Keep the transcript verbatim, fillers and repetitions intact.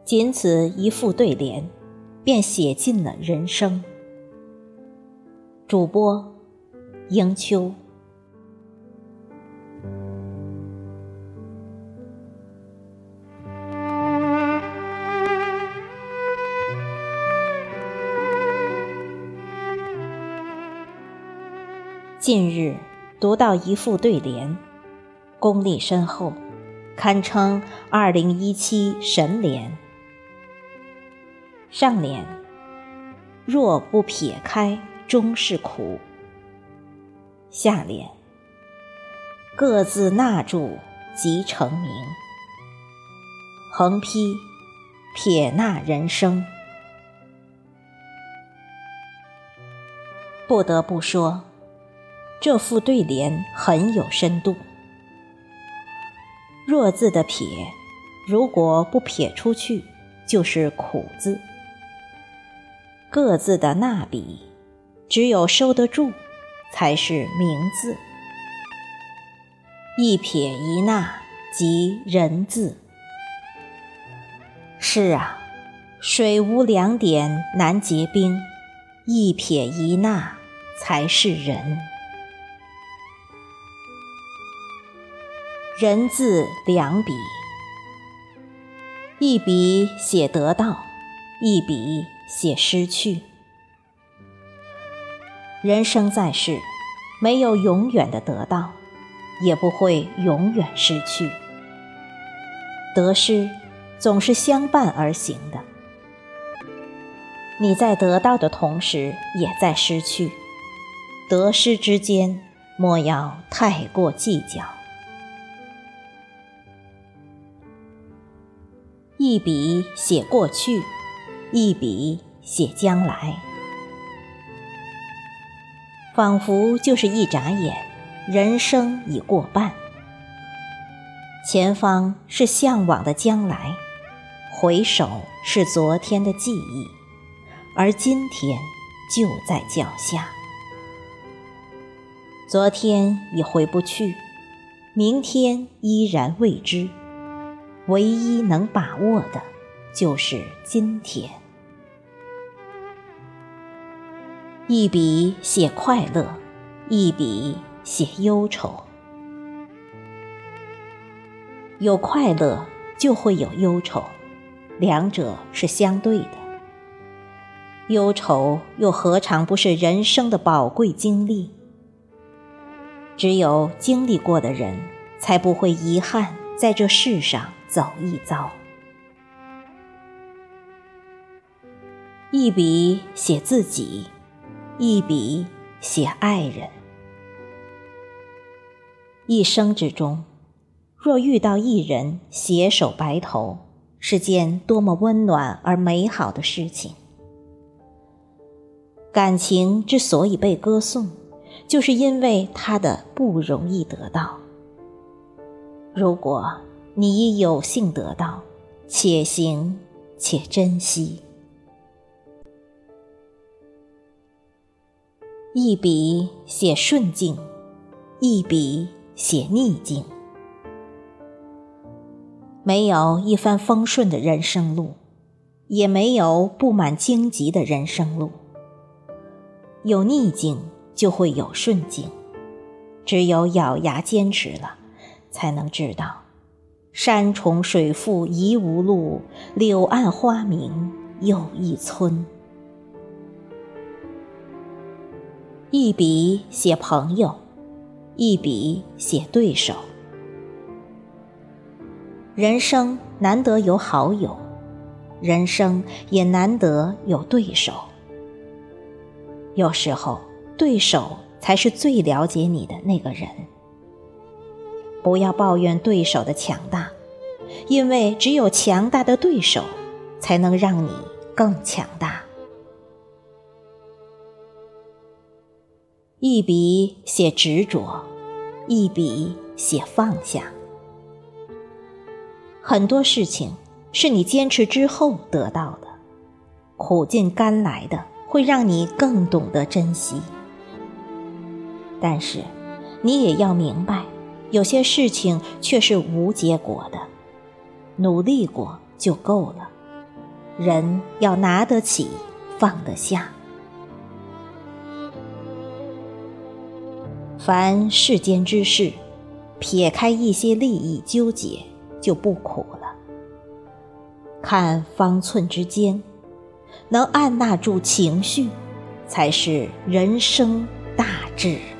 仅此一副对联，便写尽了人生。主播迎秋。近日读到一副对联，功力深厚，堪称二零一七神联。上联：若不撇开终是苦。下联：各自纳住即成名。横批：撇捺人生。不得不说，这副对联很有深度。若字的撇，如果不撇出去，就是苦字。各字的捺笔，只有收得住，才是名字。一撇一捺即人字。是啊，水无两点难结冰，一撇一捺才是人。人字两笔，一笔写得到，一笔写失去。人生在世，没有永远的得到，也不会永远失去。得失总是相伴而行的。你在得到的同时，也在失去。得失之间，莫要太过计较。一笔写过去，一笔写将来。仿佛就是一眨眼，人生已过半。前方是向往的将来，回首是昨天的记忆，而今天就在脚下。昨天已回不去，明天依然未知。唯一能把握的，就是今天。一笔写快乐，一笔写忧愁。有快乐就会有忧愁，两者是相对的。忧愁又何尝不是人生的宝贵经历？只有经历过的人，才不会遗憾在这世上走一遭。一笔写自己，一笔写爱人。一生之中，若遇到一人携手白头，是件多么温暖而美好的事情。感情之所以被歌颂，就是因为它的不容易得到。如果你已有幸得到，且行且珍惜。一笔写顺境，一笔写逆境。没有一帆风顺的人生路，也没有布满荆棘的人生路。有逆境就会有顺境，只有咬牙坚持了，才能知道山重水复疑无路，柳暗花明又一村。一笔写朋友，一笔写对手。人生难得有好友，人生也难得有对手。有时候，对手才是最了解你的那个人。不要抱怨对手的强大，因为只有强大的对手，才能让你更强大。一笔写执着，一笔写放下。很多事情是你坚持之后得到的，苦尽甘来的会让你更懂得珍惜。但是你也要明白，有些事情却是无结果的，努力过就够了， 人要拿得起，放得下。凡世间之事，撇开一些利益纠结，就不苦了。看方寸之间，能按捺住情绪，才是人生大志。